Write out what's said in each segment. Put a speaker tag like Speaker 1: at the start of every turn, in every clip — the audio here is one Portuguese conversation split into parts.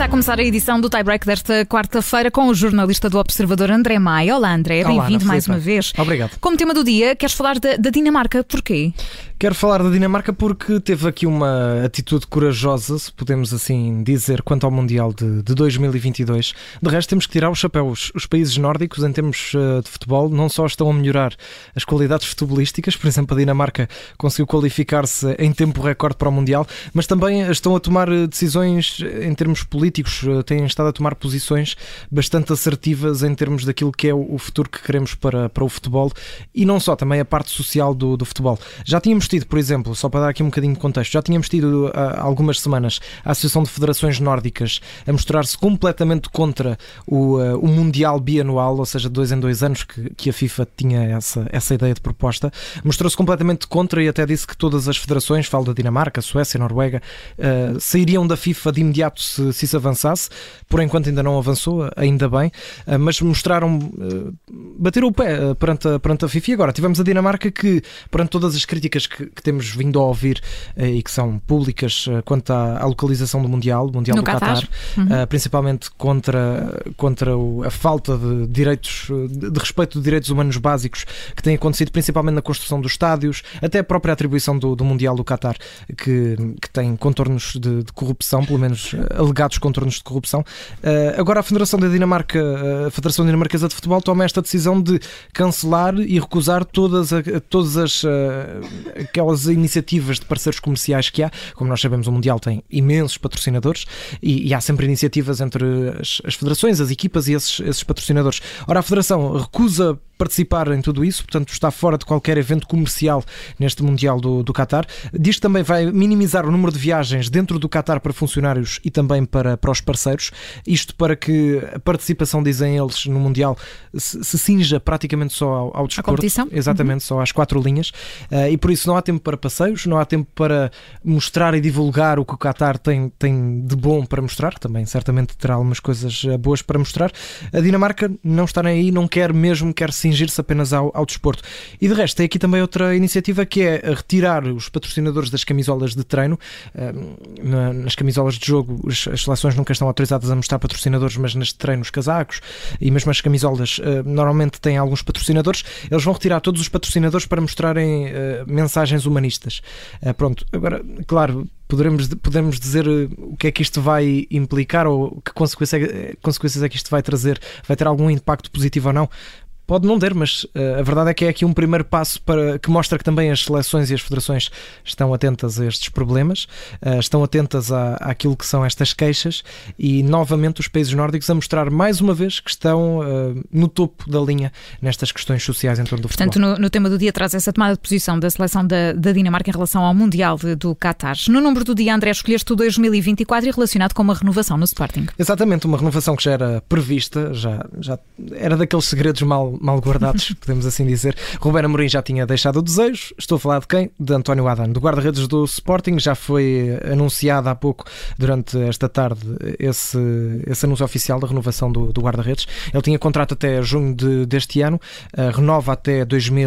Speaker 1: Está a começar a edição do Tie Break desta quarta-feira com o jornalista do Observador André Maia. Olá André, bem-vindo mais uma vez.
Speaker 2: Obrigado.
Speaker 1: Como tema do dia, queres falar da Dinamarca, porquê?
Speaker 2: Quero falar da Dinamarca porque teve aqui uma atitude corajosa, se podemos assim dizer, quanto ao Mundial de 2022. De resto, temos que tirar os chapéus. Os países nórdicos, em termos de futebol, não só estão a melhorar as qualidades futebolísticas, por exemplo, a Dinamarca conseguiu qualificar-se em tempo recorde para o Mundial, mas também estão a tomar decisões em termos políticos, têm estado a tomar posições bastante assertivas em termos daquilo que é o futuro que queremos para o futebol e não só, também a parte social do futebol. Já tínhamos tido, por exemplo, só para dar aqui um bocadinho de contexto, já tínhamos tido há algumas semanas a Associação de Federações Nórdicas a mostrar-se completamente contra o Mundial bianual, ou seja, de 2 em 2 anos que a FIFA tinha essa ideia de proposta. Mostrou-se completamente contra e até disse que todas as federações, falo da Dinamarca, Suécia, Noruega, sairiam da FIFA de imediato se isso avançasse. Por enquanto ainda não avançou, ainda bem, mas mostraram, bateram o pé perante a FIFA. E agora tivemos a Dinamarca que, perante todas as críticas que temos vindo a ouvir e que são públicas quanto à localização do Mundial do Qatar, principalmente contra a falta de direitos, de respeito de direitos humanos básicos que tem acontecido principalmente na construção dos estádios, até a própria atribuição do Mundial do Qatar, que tem contornos de corrupção, pelo menos alegados contornos de corrupção. Agora a Federação Dinamarquesa de Futebol toma esta decisão de cancelar e recusar todas aquelas iniciativas de parceiros comerciais que há. Como nós sabemos, o Mundial tem imensos patrocinadores e há sempre iniciativas entre as federações, as equipas e esses patrocinadores. Ora, a Federação recusa participar em tudo isso, portanto está fora de qualquer evento comercial neste Mundial do Qatar. Diz que também vai minimizar o número de viagens dentro do Qatar para funcionários e também para os parceiros, isto para que a participação, dizem eles, no Mundial se cinja praticamente só ao desporto. A competição? Exatamente, só às 4 linhas, e por isso não há tempo para passeios, não há tempo para mostrar e divulgar o que o Qatar tem de bom para mostrar, também certamente terá algumas coisas boas para mostrar. A Dinamarca não está nem aí, não quer cingir-se apenas ao desporto. E de resto tem aqui também outra iniciativa que é retirar os patrocinadores das camisolas de treino. Nas camisolas de jogo as seleções nunca estão autorizadas a mostrar patrocinadores, mas nas de treino os casacos e mesmo as camisolas normalmente têm alguns patrocinadores. Eles vão retirar todos os patrocinadores para mostrarem mensagens humanistas. Pronto, agora, claro, podemos dizer o que é que isto vai implicar ou que consequências é que isto vai trazer, vai ter algum impacto positivo ou não. Pode não ter, mas a verdade é que é aqui um primeiro passo que mostra que também as seleções e as federações estão atentas a estes problemas, estão atentas àquilo que são estas queixas e novamente os países nórdicos a mostrar mais uma vez que estão no topo da linha nestas questões sociais em torno do futebol.
Speaker 1: Portanto, no tema do dia traz essa tomada de posição da seleção da Dinamarca em relação ao Mundial do Qatar. No número do dia, André, escolheste o 2024 e relacionado com uma renovação no Sporting.
Speaker 2: Exatamente, uma renovação que já era prevista, já era daqueles segredos mal guardados, podemos assim dizer. Ruben Amorim já tinha deixado o desejo. Estou a falar de quem? De António Adán, do guarda-redes do Sporting. Já foi anunciado há pouco, durante esta tarde, esse anúncio oficial da renovação do guarda-redes. Ele tinha contrato até junho deste ano, renova até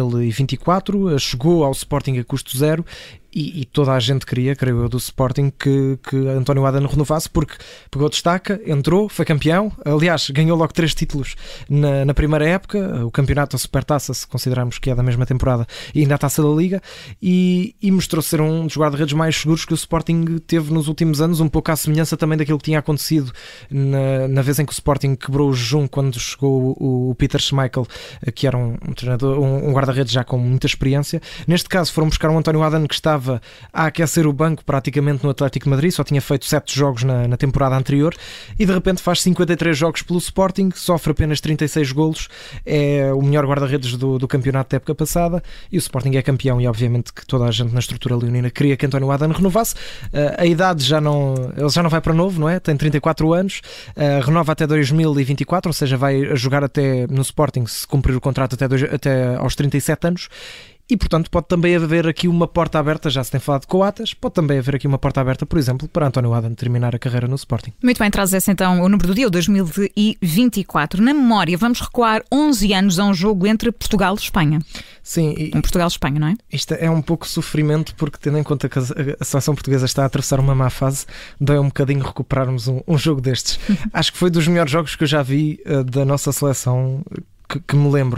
Speaker 2: 2024, chegou ao Sporting a custo zero. E toda a gente queria, creio eu, do Sporting que António Adán renovasse, porque pegou destaca, entrou, foi campeão, aliás, ganhou logo 3 títulos na primeira época, o campeonato, a Supertaça, se considerarmos que é da mesma temporada, e ainda a Taça da Liga, e mostrou-se ser um dos guarda-redes mais seguros que o Sporting teve nos últimos anos, um pouco à semelhança também daquilo que tinha acontecido na vez em que o Sporting quebrou o jejum quando chegou o Peter Schmeichel, que era um treinador, um guarda-redes já com muita experiência. Neste caso foram buscar um António Adán que estava a aquecer o banco praticamente no Atlético de Madrid, só tinha feito 7 jogos na temporada anterior e de repente faz 53 jogos pelo Sporting, sofre apenas 36 golos, é o melhor guarda-redes do campeonato da época passada e o Sporting é campeão e obviamente que toda a gente na estrutura leonina queria que António Adán renovasse. A idade ele já não vai para novo, não é? Tem 34 anos, renova até 2024, ou seja, vai jogar até no Sporting, se cumprir o contrato até aos 37 anos. E, portanto, pode também haver aqui uma porta aberta, já se tem falado de Coates, pode também haver aqui uma porta aberta, por exemplo, para António Adán terminar a carreira no Sporting.
Speaker 1: Muito bem, traz esse então o número do dia, o 2024. Na memória, vamos recuar 11 anos a um jogo entre Portugal e Espanha.
Speaker 2: Sim,
Speaker 1: Um Portugal-Espanha, não é?
Speaker 2: Isto é um pouco sofrimento, porque tendo em conta que a seleção portuguesa está a atravessar uma má fase, dói um bocadinho recuperarmos um jogo destes. Acho que foi dos melhores jogos que eu já vi da nossa seleção, que me lembro.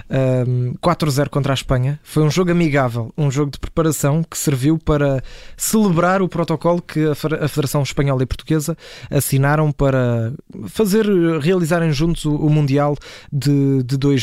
Speaker 2: 4-0 contra a Espanha. Foi um jogo amigável, um jogo de preparação que serviu para celebrar o protocolo que a Federação Espanhola e Portuguesa assinaram para realizarem juntos o Mundial de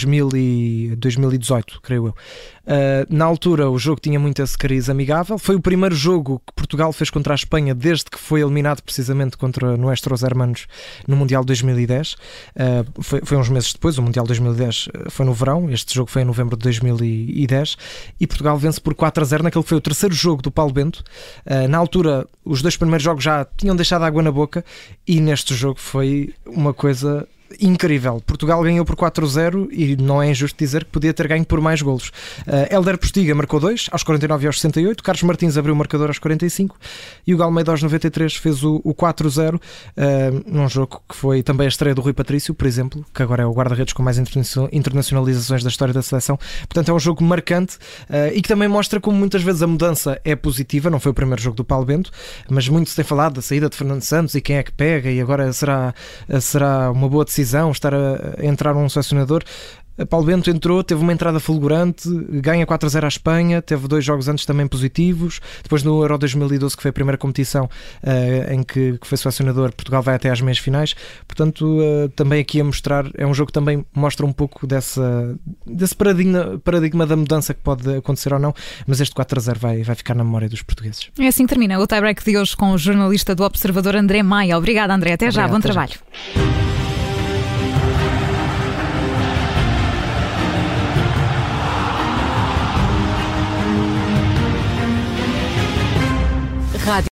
Speaker 2: 2018, creio eu. Na altura o jogo tinha muito esse cariz amigável. Foi o primeiro jogo que Portugal fez contra a Espanha desde que foi eliminado precisamente contra Nuestros Hermanos no Mundial 2010. Foi uns meses depois. O Mundial 2010 foi no verão, este jogo foi em novembro de 2010, e Portugal vence por 4-0 naquele que foi o terceiro jogo do Paulo Bento. Na altura os 2 primeiros jogos já tinham deixado água na boca, e neste jogo foi uma coisa incrível. Portugal ganhou por 4-0 e não é injusto dizer que podia ter ganho por mais golos. Hélder Postiga marcou 2 aos 49 e aos 68, Carlos Martins abriu o marcador aos 45 e o Hugo Almeida aos 93 fez o 4-0, num jogo que foi também a estreia do Rui Patrício, por exemplo, que agora é o guarda-redes com mais internacionalizações da história da seleção. Portanto é um jogo marcante, e que também mostra como muitas vezes a mudança é positiva. Não foi o primeiro jogo do Paulo Bento, mas muito se tem falado da saída de Fernando Santos e quem é que pega, e agora será uma boa decisão estar a entrar um selecionador. Paulo Bento entrou, teve uma entrada fulgurante, ganha 4-0 à Espanha, teve 2 jogos antes também positivos. Depois no Euro 2012, que foi a primeira competição em que foi selecionador, Portugal vai até às meias finais. Portanto, também aqui a mostrar, é um jogo que também mostra um pouco desse paradigma da mudança que pode acontecer ou não, mas este 4-0 vai ficar na memória dos portugueses.
Speaker 1: É assim que termina o tie-break de hoje com o jornalista do Observador, André Maia. Obrigada, André. Até já, bom trabalho. Rádio